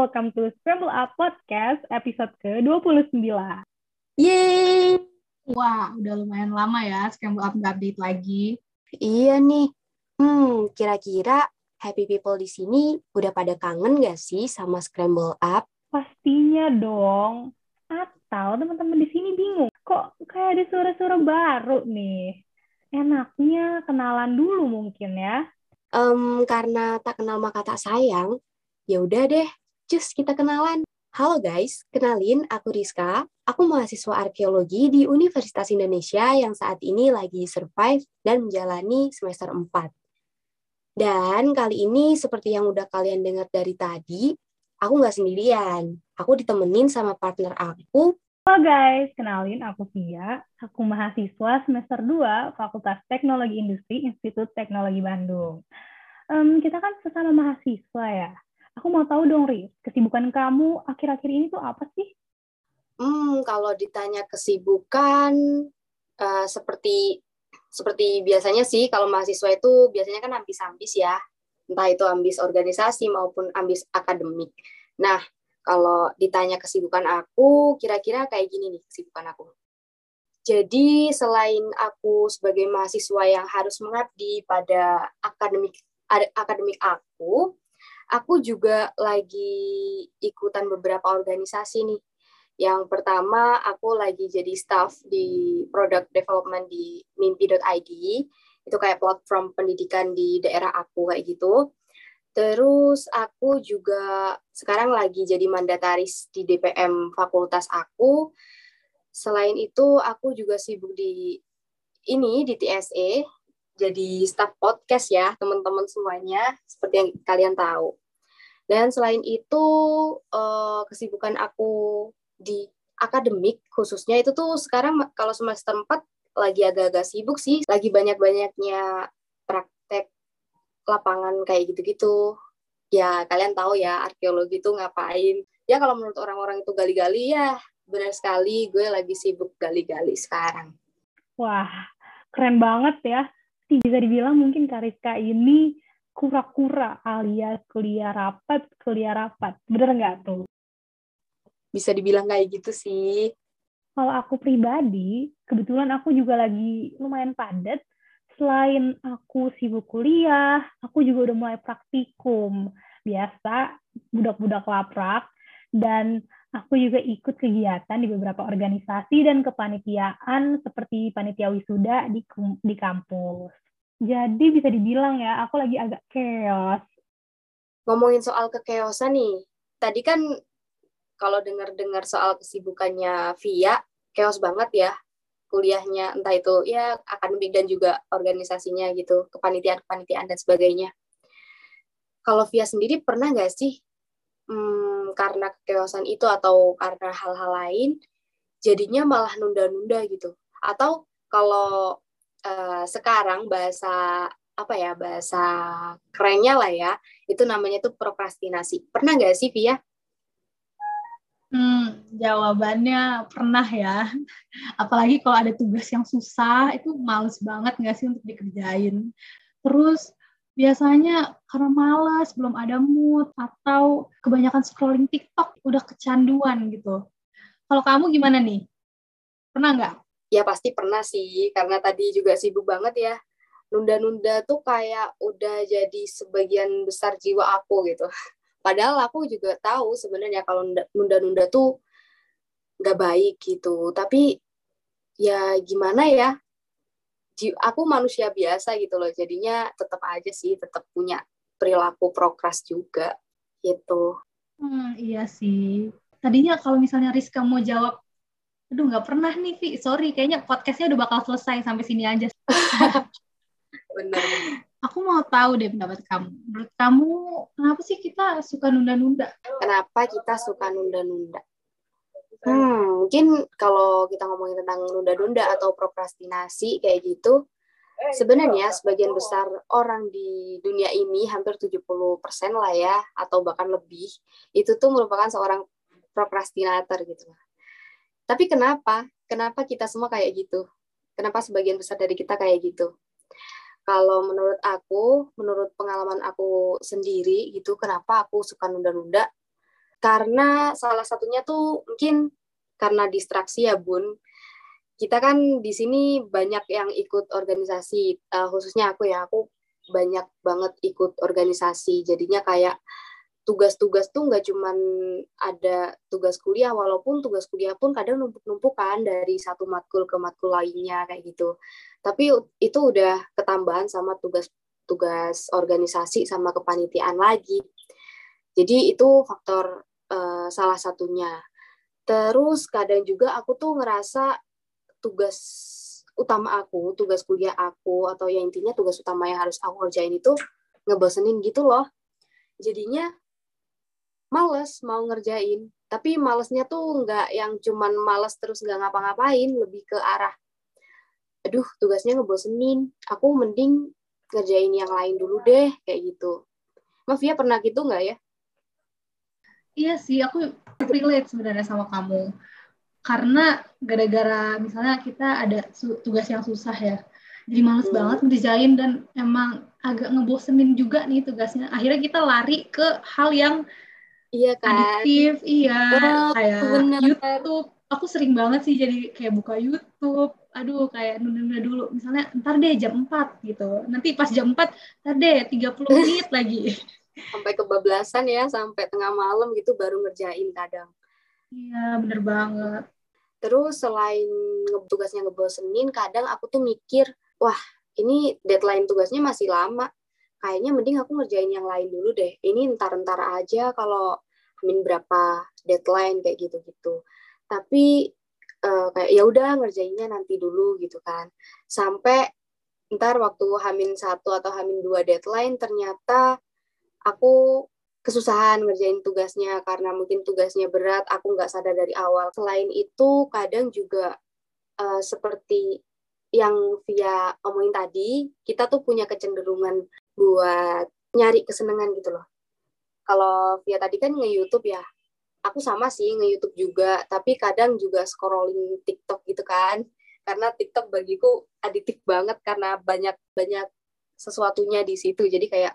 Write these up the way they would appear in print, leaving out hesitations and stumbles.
welcome to Scramble Up Podcast episode ke-29. Yeay! Wah, udah lumayan lama ya Scramble Up nggak update lagi. Iya nih. Kira-kira happy people di sini udah pada kangen gak sih sama Scramble Up? Pastinya dong. Atau teman-teman di sini bingung, kok kayak ada suara-suara baru nih? Enaknya kenalan dulu mungkin ya. Karena tak kenal maka tak sayang, ya udah deh, cus kita kenalan. Halo guys, kenalin aku Rizka. Aku mahasiswa arkeologi di Universitas Indonesia yang saat ini lagi survive dan menjalani semester 4. Dan kali ini seperti yang udah kalian dengar dari tadi, aku nggak sendirian. Aku ditemenin sama partner aku. Halo guys, kenalin aku Via. Aku mahasiswa semester 2 Fakultas Teknologi Industri Institut Teknologi Bandung. Kita kan sesama mahasiswa ya. Aku mau tahu dong, Riz, kesibukan kamu akhir-akhir ini tuh apa sih? Kalau ditanya kesibukan, seperti biasanya sih, kalau mahasiswa itu biasanya kan ambis-ambis ya. Entah itu ambis organisasi maupun ambis akademik. Nah, kalau ditanya kesibukan aku, kira-kira kayak gini nih kesibukan aku. Jadi, selain aku sebagai mahasiswa yang harus mengabdi pada akademik aku juga lagi ikutan beberapa organisasi nih. Yang pertama, aku lagi jadi staff di product development di mimpi.id. Itu kayak platform pendidikan di daerah aku kayak gitu. Terus aku juga sekarang lagi jadi mandataris di DPM fakultas aku. Selain itu, aku juga sibuk di TSE, jadi staff podcast ya, teman-teman semuanya, seperti yang kalian tahu. Dan selain itu, kesibukan aku di akademik khususnya itu tuh sekarang kalau semester 4 lagi agak-agak sibuk sih, lagi banyak-banyaknya praktek lapangan kayak gitu-gitu. Ya, kalian tahu ya, arkeologi itu ngapain. Ya, kalau menurut orang-orang itu gali-gali, ya benar sekali, gue lagi sibuk gali-gali sekarang. Wah, keren banget ya. Bisa dibilang mungkin Kariska ini kura-kura alias kuliah rapat. Bener nggak tuh? Bisa dibilang kayak gitu sih. Kalau aku pribadi, kebetulan aku juga lagi lumayan padat. Selain aku sibuk kuliah, aku juga udah mulai praktikum. Biasa, budak-budak laprak. Dan aku juga ikut kegiatan di beberapa organisasi dan kepanitiaan seperti panitia wisuda di kampus. Jadi bisa dibilang ya, aku lagi agak chaos. Ngomongin soal kekeosan nih, tadi kan kalau dengar-dengar soal kesibukannya Via, chaos banget ya kuliahnya, entah itu ya akademik dan juga organisasinya gitu, kepanitiaan dan sebagainya. Kalau Via sendiri pernah nggak sih karena kekeosan itu atau karena hal-hal lain, jadinya malah nunda-nunda gitu? Atau kalau sekarang bahasa kerennya lah ya, itu namanya tuh prokrastinasi. Pernah nggak sih Via? Jawabannya pernah ya. Apalagi kalau ada tugas yang susah, itu males banget nggak sih untuk dikerjain. Terus biasanya karena malas, belum ada mood, atau kebanyakan scrolling TikTok, udah kecanduan gitu. Kalau kamu gimana nih? Pernah nggak? Ya pasti pernah sih, karena tadi juga sibuk banget ya. Nunda-nunda tuh kayak udah jadi sebagian besar jiwa aku gitu. Padahal aku juga tahu sebenarnya kalau nunda-nunda tuh nggak baik gitu. Tapi ya gimana ya, aku manusia biasa gitu loh. Jadinya tetap aja sih, tetap punya perilaku prokras juga gitu. Iya sih. Tadinya kalau misalnya Rizka mau jawab, aduh nggak pernah nih, Vi. Sorry, kayaknya podcastnya udah bakal selesai sampai sini aja. Bener. Aku mau tahu deh pendapat kamu. Menurut kamu, kenapa sih kita suka nunda-nunda? Kenapa kita suka nunda-nunda? Mungkin kalau kita ngomongin tentang nunda-nunda atau prokrastinasi kayak gitu, sebenarnya sebagian besar orang di dunia ini, hampir 70% lah ya, atau bahkan lebih, itu tuh merupakan seorang prokrastinator gitu. Tapi kenapa? Kenapa kita semua kayak gitu? Kenapa sebagian besar dari kita kayak gitu? Kalau menurut aku, menurut pengalaman aku sendiri gitu, kenapa aku suka nunda-nunda? Karena salah satunya tuh mungkin karena distraksi ya, Bun. Kita kan di sini banyak yang ikut organisasi, khususnya aku banyak banget ikut organisasi. Jadinya kayak tugas-tugas tuh nggak cuman ada tugas kuliah, walaupun tugas kuliah pun kadang numpuk-numpuk kan dari satu matkul ke matkul lainnya kayak gitu. Tapi itu udah ketambahan sama tugas-tugas organisasi sama kepanitiaan lagi. Jadi itu faktor salah satunya. Terus kadang juga aku tuh ngerasa tugas utama aku, tugas kuliah aku, atau ya intinya tugas utama yang harus aku kerjain itu ngebosenin gitu loh. Jadinya males mau ngerjain. Tapi malesnya tuh nggak yang cuman males terus nggak ngapa-ngapain, lebih ke arah, aduh tugasnya ngebosenin, aku mending ngerjain yang lain dulu deh, kayak gitu. Mafia pernah gitu nggak ya? Iya sih, aku relate sebenarnya sama kamu. Karena gara-gara misalnya kita ada tugas yang susah ya, jadi males banget ngerjain dan emang agak ngebosenin juga nih tugasnya. Akhirnya kita lari ke hal yang Iya kan? adiktif, kayak bener. YouTube. Aku sering banget sih jadi kayak buka YouTube. Aduh, kayak nunda-nunda dulu. Misalnya, ntar deh jam 4 gitu. Nanti pas jam 4, ntar deh 30 menit lagi. Sampai kebablasan ya, sampai tengah malam gitu baru ngerjain kadang. Iya, bener banget. Terus selain tugasnya ngebosenin, kadang aku tuh mikir, wah ini deadline tugasnya masih lama. Kayaknya mending aku ngerjain yang lain dulu deh. Ini ntar-ntar aja kalau amin berapa deadline kayak gitu-gitu. Tapi kayak ya udah ngerjainnya nanti dulu gitu kan. Sampai ntar waktu H-1 atau H-2 deadline ternyata aku kesusahan ngerjain tugasnya karena mungkin tugasnya berat, aku nggak sadar dari awal. Selain itu, kadang juga seperti yang Via omongin tadi, kita tuh punya kecenderungan buat nyari kesenangan gitu loh. Kalau Via tadi kan nge-YouTube ya, aku sama sih nge-YouTube juga, tapi kadang juga scrolling TikTok gitu kan. Karena TikTok bagiku adiktif banget karena banyak-banyak sesuatunya di situ. Jadi kayak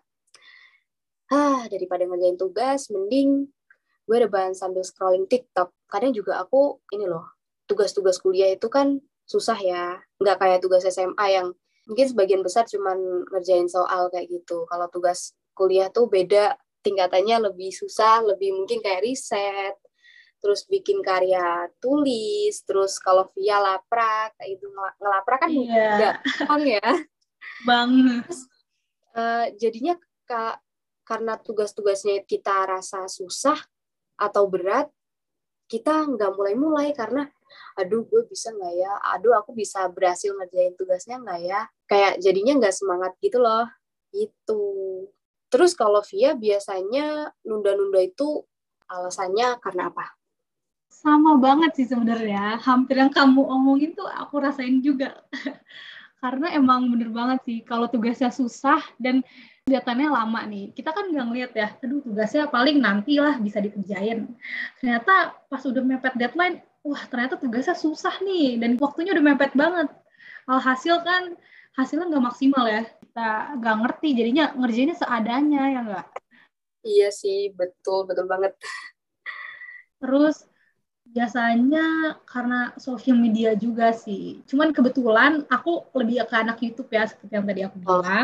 daripada ngerjain tugas, mending gue rebahan sambil scrolling TikTok. Kadang juga aku, ini loh, tugas-tugas kuliah itu kan susah ya. Nggak kayak tugas SMA yang mungkin sebagian besar cuman ngerjain soal kayak gitu. Kalau tugas kuliah tuh beda, tingkatannya lebih susah, lebih mungkin kayak riset, terus bikin karya tulis, terus kalau via laprak, kayak itu ngelaprak kan nggak gampang ya. Banget. Terus, jadinya karena tugas-tugasnya kita rasa susah atau berat, kita nggak mulai-mulai karena aduh gue bisa nggak ya, aduh aku bisa berhasil ngerjain tugasnya nggak ya, kayak jadinya nggak semangat gitu loh, gitu. Terus kalau Via biasanya nunda-nunda itu alasannya karena apa? Sama banget sih sebenarnya, hampir yang kamu omongin tuh aku rasain juga. Karena emang bener banget sih, kalau tugasnya susah dan kelihatannya lama nih, kita kan nggak ngeliat ya, aduh tugasnya paling nantilah bisa dikerjain. Ternyata pas udah mepet deadline, wah ternyata tugasnya susah nih, dan waktunya udah mepet banget. Alhasil kan, hasilnya nggak maksimal ya, kita nggak ngerti, jadinya ngerjainnya seadanya, ya nggak? Iya sih, betul banget. Terus, biasanya karena sosial media juga sih. Cuman kebetulan aku lebih ke anak YouTube ya, seperti yang tadi aku bilang.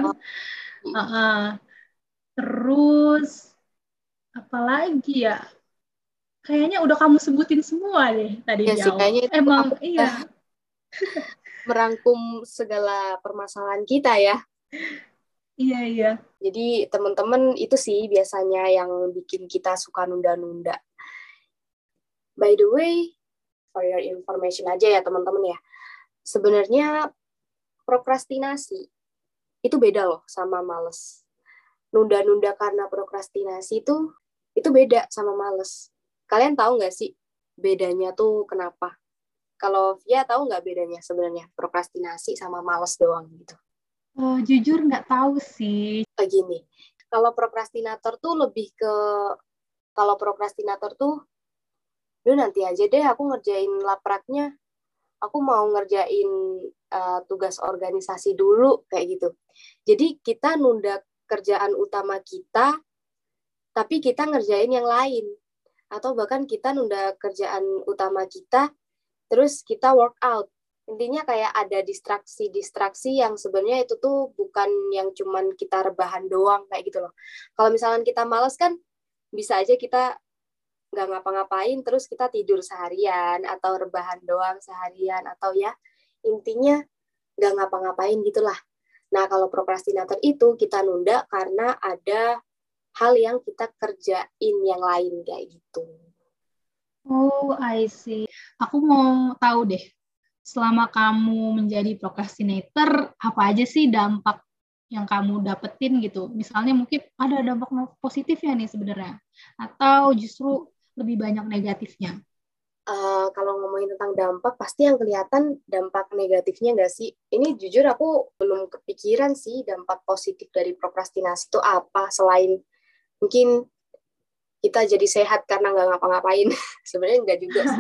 Terus, apalagi ya? Kayaknya udah kamu sebutin semua deh tadi Iya di sih, awal. kayaknya itu Emang iya. merangkum segala permasalahan kita ya. Iya. Jadi teman-teman itu sih biasanya yang bikin kita suka nunda-nunda. By the way, for your information aja ya teman-teman ya. Sebenarnya prokrastinasi itu beda loh sama males. Nunda-nunda karena prokrastinasi itu beda sama males. Kalian tahu nggak sih bedanya tuh kenapa? Kalau Via tahu nggak bedanya sebenarnya prokrastinasi sama males doang gitu? Jujur nggak tahu sih. Gini, kalau prokrastinator tuh lebih ke, kalau prokrastinator tuh, nanti aja deh aku ngerjain lapraknya, aku mau ngerjain tugas organisasi dulu, kayak gitu. Jadi kita nunda kerjaan utama kita, tapi kita ngerjain yang lain. atau bahkan kita nunda kerjaan utama kita, terus kita workout. Intinya kayak ada distraksi-distraksi yang sebenarnya itu tuh bukan yang cuman kita rebahan doang kayak gitu loh. Kalau misalkan kita malas kan bisa aja kita nggak ngapa-ngapain terus kita tidur seharian atau rebahan doang seharian atau ya intinya nggak ngapa-ngapain gitulah. Nah kalau prokrastinator itu kita nunda karena ada hal yang kita kerjain yang lain kayak gitu. Oh, I see. Aku mau tahu deh, selama kamu menjadi procrastinator, apa aja sih dampak yang kamu dapetin gitu? Misalnya mungkin ada dampak positifnya nih sebenarnya, atau justru lebih banyak negatifnya? Kalau ngomongin tentang dampak, pasti yang kelihatan dampak negatifnya nggak sih? Ini jujur aku belum kepikiran sih dampak positif dari prokrastinasi itu apa, selain mungkin kita jadi sehat karena nggak ngapa-ngapain. Sebenarnya nggak juga sih.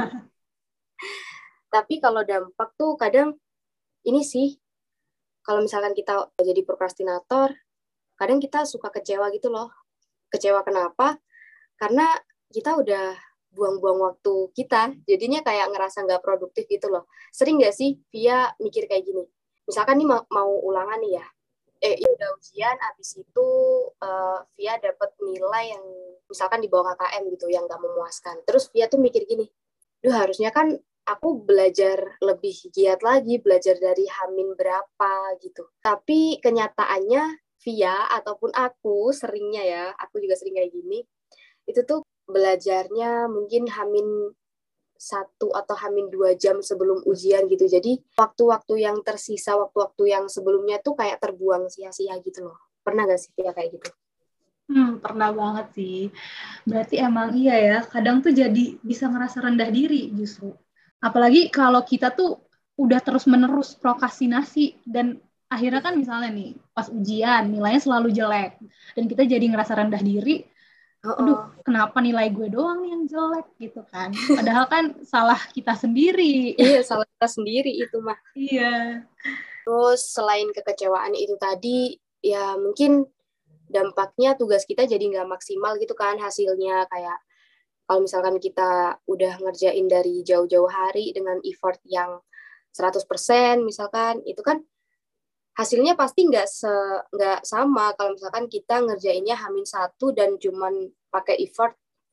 Tapi kalau dampak tuh kadang ini sih, kalau misalkan kita jadi prokrastinator, kadang kita suka kecewa gitu loh. Kecewa kenapa? Karena kita udah buang-buang waktu kita, jadinya kayak ngerasa nggak produktif gitu loh. Sering nggak sih Via mikir kayak gini? Misalkan nih mau ulangan nih ya, ya udah ujian, abis itu Via dapet nilai yang misalkan di bawah KKM gitu, yang nggak memuaskan. Terus Via tuh mikir gini, duh harusnya kan aku belajar lebih giat lagi, belajar dari Hamin berapa gitu. Tapi kenyataannya Via ataupun aku seringnya ya, aku juga sering kayak gini, itu tuh belajarnya mungkin Hamin 1 atau Hamin 2 jam sebelum ujian gitu. Jadi waktu-waktu yang tersisa, waktu-waktu yang sebelumnya tuh kayak terbuang sia-sia gitu loh. Pernah gak sih Via kayak gitu? Pernah banget sih. Berarti emang iya ya, kadang tuh jadi bisa ngerasa rendah diri justru. Apalagi kalau kita tuh udah terus-menerus prokrastinasi dan akhirnya kan misalnya nih, pas ujian nilainya selalu jelek dan kita jadi ngerasa rendah diri, aduh kenapa nilai gue doang yang jelek gitu kan. Padahal kan salah kita sendiri. Iya, salah kita sendiri itu mah. Iya. Terus selain kekecewaan itu tadi, ya mungkin dampaknya tugas kita jadi nggak maksimal gitu kan hasilnya. Kayak kalau misalkan kita udah ngerjain dari jauh-jauh hari dengan effort yang 100% misalkan, itu kan hasilnya pasti nggak sama kalau misalkan kita ngerjainnya Hamin 1 dan cuman pakai effort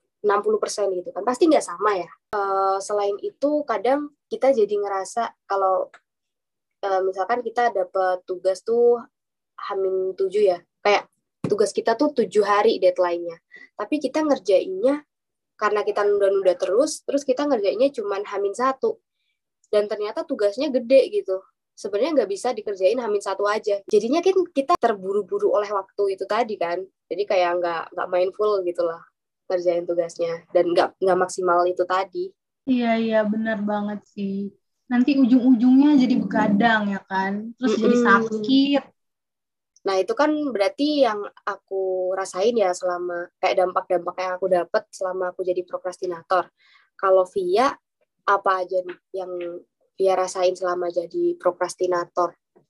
60% gitu kan. Pasti nggak sama ya. Selain itu kadang kita jadi ngerasa kalau misalkan kita dapat tugas tuh Hamin 7 ya, kayak tugas kita tuh 7 hari deadline-nya, tapi kita ngerjainnya karena kita nunda-nunda terus kita ngerjainnya cuman Hamin 1, dan ternyata tugasnya gede gitu. Sebenarnya nggak bisa dikerjain Hamin 1 aja. Jadinya kan kita terburu-buru oleh waktu itu tadi kan. Jadi kayak nggak mindful gitu lah kerjain tugasnya, dan nggak maksimal itu tadi. Iya, benar banget sih. Nanti ujung-ujungnya jadi begadang ya kan, terus jadi sakit. Nah, itu kan berarti yang aku rasain ya selama kayak dampak-dampak yang aku dapat selama aku jadi prokrastinator. Kalau Via, apa aja nih yang Via rasain selama jadi prokrastinator?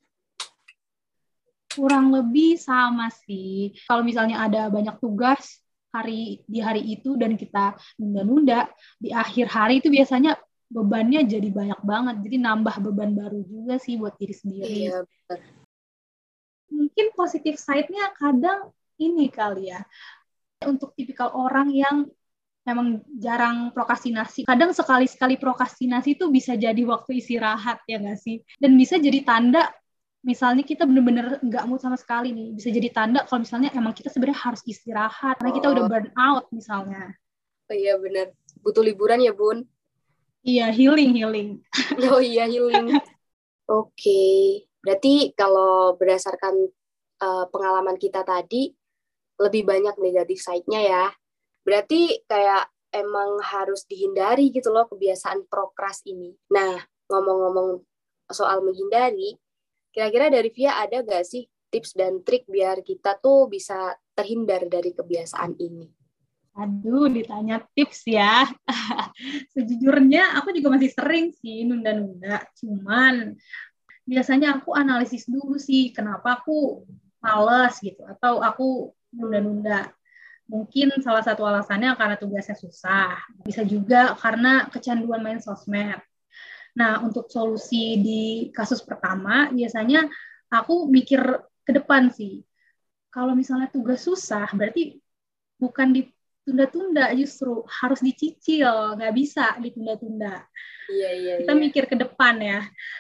Kurang lebih sama sih. Kalau misalnya ada banyak tugas di hari itu dan kita nunda-nunda, di akhir hari itu biasanya bebannya jadi banyak banget. Jadi nambah beban baru juga sih buat diri sendiri. Iya, benar. Mungkin positif side-nya kadang ini kali ya. Untuk tipikal orang yang memang jarang prokrastinasi. Kadang sekali-sekali prokrastinasi itu bisa jadi waktu istirahat ya nggak sih? Dan bisa jadi tanda misalnya kita bener-bener nggak mood sama sekali nih, bisa jadi tanda kalau misalnya emang kita sebenarnya harus istirahat karena kita udah burn out misalnya. Oh iya benar, butuh liburan ya Bun. Iya, healing. Oh iya, healing. Oke, berarti kalau berdasarkan pengalaman kita tadi lebih banyak negatif side-nya ya. Berarti kayak emang harus dihindari gitu loh kebiasaan prokras ini. Nah, ngomong-ngomong soal menghindari, kira-kira dari Via ada gak sih tips dan trik biar kita tuh bisa terhindar dari kebiasaan ini? Aduh, ditanya tips ya. Sejujurnya aku juga masih sering sih nunda-nunda. Cuman biasanya aku analisis dulu sih kenapa aku males gitu atau aku nunda-nunda. Mungkin salah satu alasannya karena tugasnya susah, bisa juga karena kecanduan main sosmed. Nah, untuk solusi di kasus pertama, biasanya aku mikir ke depan sih. Kalau misalnya tugas susah, berarti bukan ditunda-tunda, justru harus dicicil, nggak bisa ditunda-tunda. Iya, iya, Kita iya. mikir ke depan ya.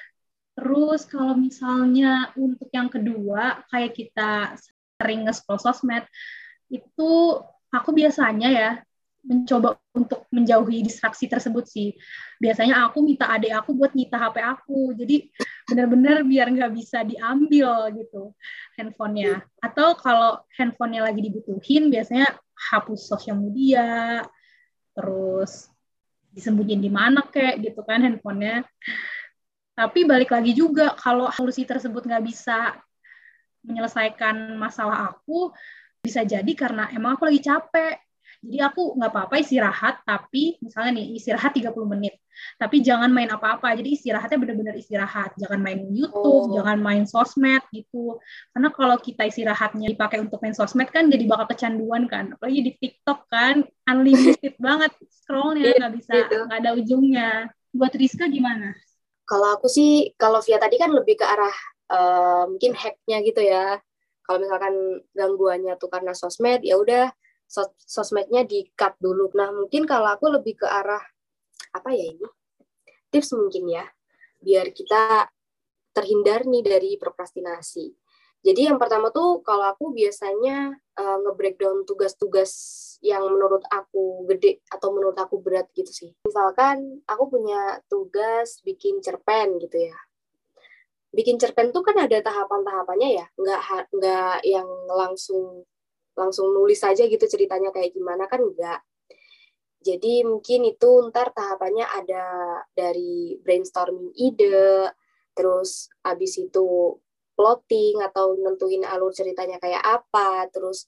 Terus kalau misalnya untuk yang kedua, kayak kita sering nge-scroll sosmed, itu aku biasanya ya mencoba untuk menjauhi distraksi tersebut sih. Biasanya aku minta adik aku buat nyita HP aku. Jadi benar-benar biar nggak bisa diambil gitu handphonenya. Atau kalau handphonenya lagi dibutuhin, biasanya hapus sosial media, terus disembunyiin di mana kayak gitu kan handphonenya. Tapi balik lagi juga, kalau solusi tersebut nggak bisa menyelesaikan masalah aku, bisa jadi karena emang aku lagi capek. Jadi aku nggak apa-apa istirahat, tapi misalnya nih istirahat 30 menit. Tapi jangan main apa-apa, jadi istirahatnya benar-benar istirahat. Jangan main YouTube, jangan main sosmed gitu. Karena kalau kita istirahatnya dipakai untuk main sosmed kan jadi bakal kecanduan kan. Apalagi di TikTok kan, unlimited banget scrollnya, nggak bisa, nggak ada ujungnya. Buat Rizka gimana? Kalau aku sih, kalau Via tadi kan lebih ke arah mungkin hacknya gitu ya. Kalau misalkan gangguannya tuh karena sosmed, ya udah sosmednya di-cut dulu. Nah, mungkin kalau aku lebih ke arah apa ya ini? Tips mungkin ya, biar kita terhindar nih dari prokrastinasi. Jadi yang pertama tuh kalau aku biasanya nge-breakdown tugas-tugas yang menurut aku gede atau menurut aku berat gitu sih. Misalkan aku punya tugas bikin cerpen gitu ya. Bikin cerpen tuh kan ada tahapan-tahapannya ya, nggak yang langsung nulis saja gitu ceritanya kayak gimana kan enggak. Jadi mungkin itu ntar tahapannya ada dari brainstorming ide, terus abis itu plotting atau nentuin alur ceritanya kayak apa, terus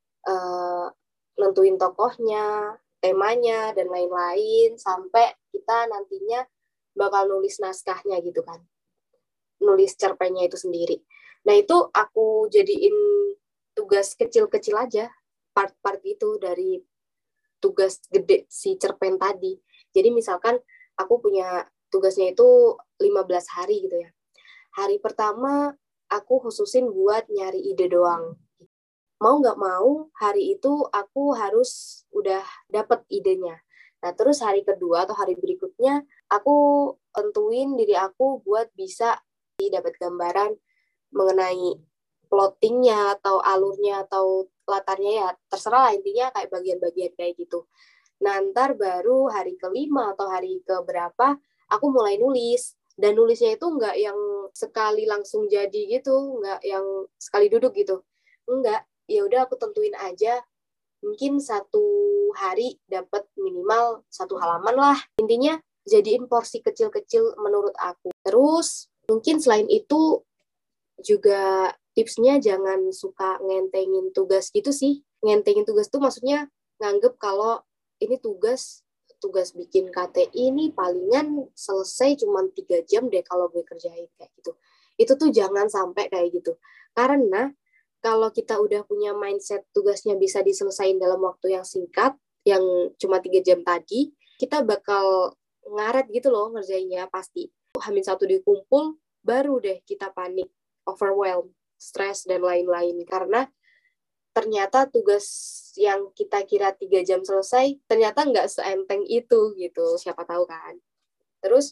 nentuin tokohnya, temanya, dan lain-lain, sampai kita nantinya bakal nulis naskahnya gitu kan. Nulis cerpennya itu sendiri. Nah itu aku jadiin tugas kecil-kecil aja, part-part itu dari tugas gede si cerpen tadi. Jadi misalkan aku punya tugasnya itu 15 hari gitu ya. Hari pertama aku khususin buat nyari ide doang. Mau nggak mau, hari itu aku harus udah dapet idenya. Nah, terus hari kedua atau hari berikutnya, aku tentuin diri aku buat bisa dapat gambaran mengenai plottingnya atau alurnya atau latarnya ya terserah lah intinya kayak bagian-bagian kayak gitu. Nah ntar baru hari kelima atau hari keberapa aku mulai nulis dan nulisnya itu nggak yang sekali langsung jadi gitu, nggak yang sekali duduk gitu, nggak. Ya udah aku tentuin aja mungkin satu hari dapat minimal 1 halaman lah. Intinya jadiin porsi kecil-kecil menurut aku. Terus mungkin selain itu juga tipsnya jangan suka ngentengin tugas gitu sih. Ngentengin tugas tuh maksudnya nganggep kalau ini tugas bikin KTI ini palingan selesai cuma 3 jam deh kalau gue kerjain kayak gitu. Itu tuh jangan sampai kayak gitu. Karena kalau kita udah punya mindset tugasnya bisa diselesain dalam waktu yang singkat, yang cuma 3 jam tadi, kita bakal ngaret gitu loh ngerjainnya pasti. H-1 dikumpul, baru deh kita panik, overwhelmed, stres, dan lain-lain. Karena ternyata tugas yang kita kira 3 jam selesai, ternyata nggak seenteng itu gitu, siapa tahu kan. Terus,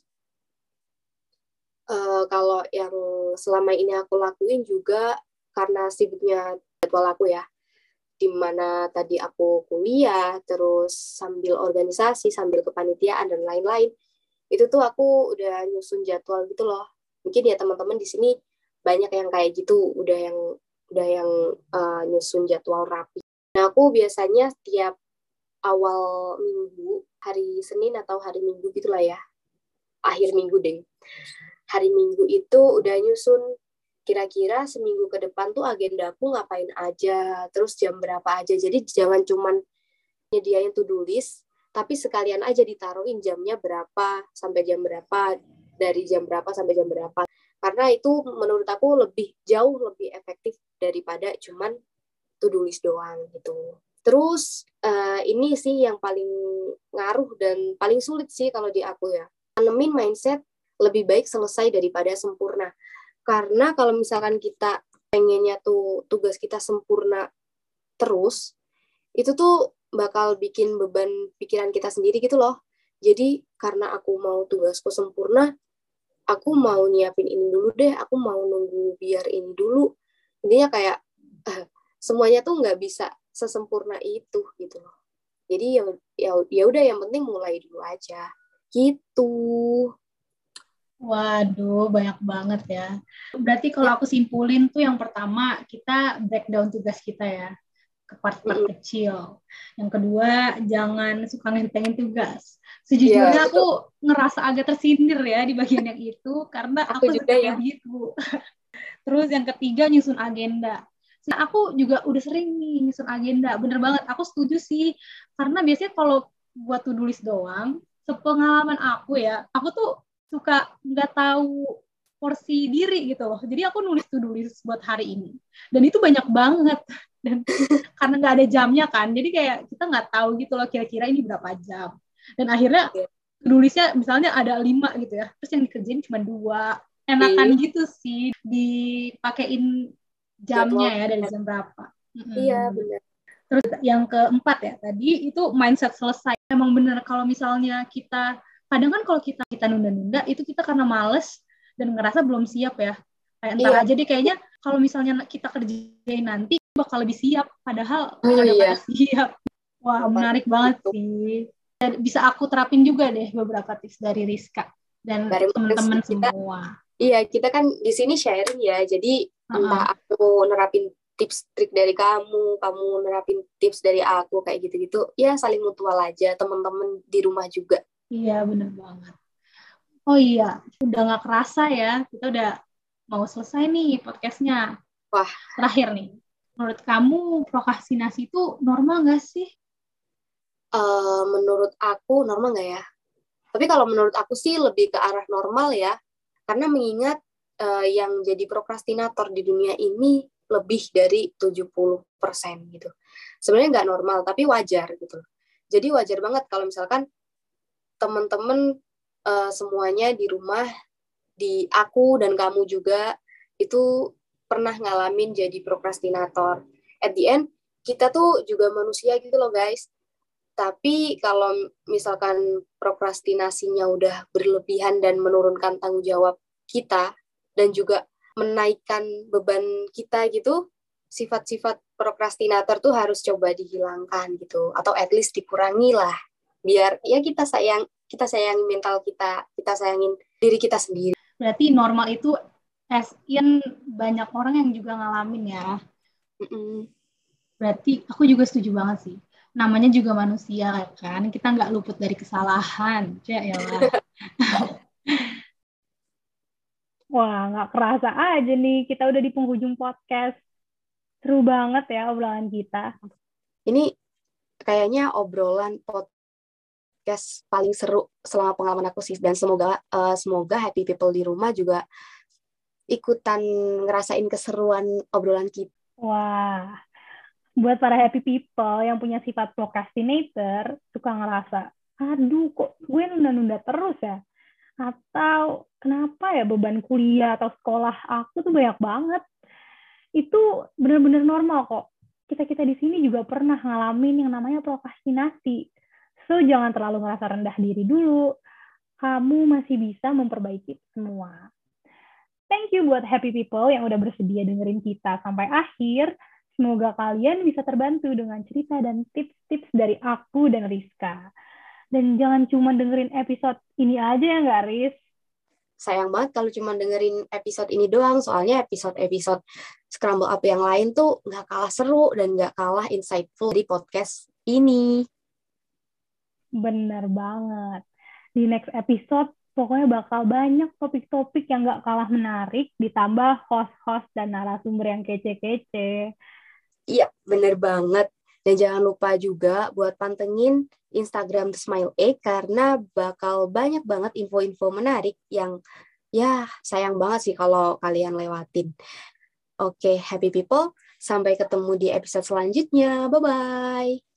kalau yang selama ini aku lakuin juga, karena sibuknya jadwal aku ya, dimana tadi aku kuliah, terus sambil organisasi, sambil kepanitiaan, dan lain-lain, itu tuh aku udah nyusun jadwal gitu loh. Mungkin ya teman-teman di sini banyak yang kayak gitu, udah yang nyusun jadwal rapi. Nah, aku biasanya tiap awal minggu, hari Senin atau hari Minggu gitulah ya, akhir minggu deh. Hari Minggu itu udah nyusun kira-kira seminggu ke depan tuh agenda aku ngapain aja, terus jam berapa aja. Jadi jangan cuman nyediain to-do list, tapi sekalian aja ditaruhin jamnya berapa sampai jam berapa, dari jam berapa sampai jam berapa. Karena itu menurut aku jauh lebih efektif daripada cuman to-do list doang gitu. Terus ini sih yang paling ngaruh dan paling sulit sih kalau di aku ya. Tanemin mindset lebih baik selesai daripada sempurna. Karena kalau misalkan kita pengennya tuh tugas kita sempurna terus, itu tuh bakal bikin beban pikiran kita sendiri gitu loh. Jadi karena aku mau tugasku sempurna, aku mau nyiapin ini dulu deh, aku mau nunggu biar ini dulu. Intinya kayak semuanya tuh nggak bisa sesempurna itu gitu loh. Jadi ya udah yang penting mulai dulu aja gitu. Waduh, banyak banget ya. Berarti kalau aku simpulin tuh yang pertama kita breakdown tugas kita ya ke part-part kecil. Yang kedua, jangan suka ngentengin tugas. Sejujurnya aku ngerasa agak tersindir ya di bagian yang itu karena aku juga suka ya gitu. Terus yang ketiga, nyusun agenda. Nah, aku juga udah sering nih nyusun agenda. Bener banget, aku setuju sih. Karena biasanya kalau buat to-do list doang, sepengalaman aku ya, aku tuh suka nggak tahu porsi diri gitu loh. Jadi aku nulis to-do list buat hari ini. Dan itu banyak banget. Dan karena nggak ada jamnya kan, jadi kayak kita nggak tahu gitu loh kira-kira ini berapa jam. Dan akhirnya to-do listnya misalnya ada 5 gitu ya, terus yang dikerjain cuma 2. Enakan gitu sih dipakein jamnya ya dari jam berapa. Iya benar. Terus yang keempat ya tadi itu mindset selesai. Emang benar kalau misalnya kita kadang kan kalau kita nunda-nunda itu kita karena males dan ngerasa belum siap ya. Kayak ntar aja deh kayaknya kalau misalnya kita kerjain nanti bakal lebih siap padahal nggak dapat siap. Wah menarik banget sih. Dan bisa aku terapin juga deh beberapa tips dari Rizka dan teman-teman semua. Iya, kita kan di sini sharing ya. Jadi entah aku nerapin tips trik dari kamu nerapin tips dari aku kayak gitu-gitu. Ya saling mutual aja, teman-teman di rumah juga. Iya, benar banget. Oh iya, udah nggak kerasa ya. Kita udah mau selesai nih podcastnya. Wah. Terakhir nih, menurut kamu prokrastinasi itu normal nggak sih? Menurut aku normal nggak ya? Tapi kalau menurut aku sih lebih ke arah normal ya. Karena mengingat yang jadi prokrastinator di dunia ini lebih dari 70% gitu. Sebenarnya nggak normal, tapi wajar gitu. Jadi wajar banget kalau misalkan teman-teman semuanya di rumah, di aku dan kamu juga, itu pernah ngalamin jadi prokrastinator. At the end, kita tuh juga manusia gitu loh guys. Tapi kalau misalkan prokrastinasinya udah berlebihan dan menurunkan tanggung jawab kita dan juga menaikkan beban kita gitu, sifat-sifat prokrastinator tuh harus coba dihilangkan gitu atau at least dikurangi lah. Biar ya kita sayangin mental kita sayangin diri kita sendiri. Berarti normal itu as in banyak orang yang juga ngalamin ya. Berarti aku juga setuju banget sih. Namanya juga manusia kan, kita nggak luput dari kesalahan. Ya lah. Wah, nggak kerasa aja nih, kita udah di penghujung podcast. Seru banget ya obrolan kita. Ini kayaknya obrolan podcast paling seru selama pengalaman aku sih. Dan semoga happy people di rumah juga ikutan ngerasain keseruan obrolan kita. Wah, buat para happy people yang punya sifat procrastinator, suka ngerasa, aduh kok gue nunda-nunda terus ya? Atau kenapa ya beban kuliah atau sekolah aku tuh banyak banget? Itu benar-benar normal kok. Kita-kita di sini juga pernah ngalamin yang namanya prokrastinasi. So, jangan terlalu ngerasa rendah diri dulu. Kamu masih bisa memperbaiki semua. Thank you buat happy people yang udah bersedia dengerin kita sampai akhir. Semoga kalian bisa terbantu dengan cerita dan tips-tips dari aku dan Rizka. Dan jangan cuma dengerin episode ini aja ya nggak, Riz? Sayang banget kalau cuma dengerin episode ini doang, soalnya episode-episode Scramble Up yang lain tuh nggak kalah seru dan nggak kalah insightful di podcast ini. Bener banget. Di next episode, pokoknya bakal banyak topik-topik yang nggak kalah menarik, ditambah host-host dan narasumber yang kece-kece. Iya, bener banget. Dan jangan lupa juga buat pantengin Instagram The Smile Egg karena bakal banyak banget info-info menarik yang ya sayang banget sih kalau kalian lewatin. Oke, happy people. Sampai ketemu di episode selanjutnya. Bye-bye.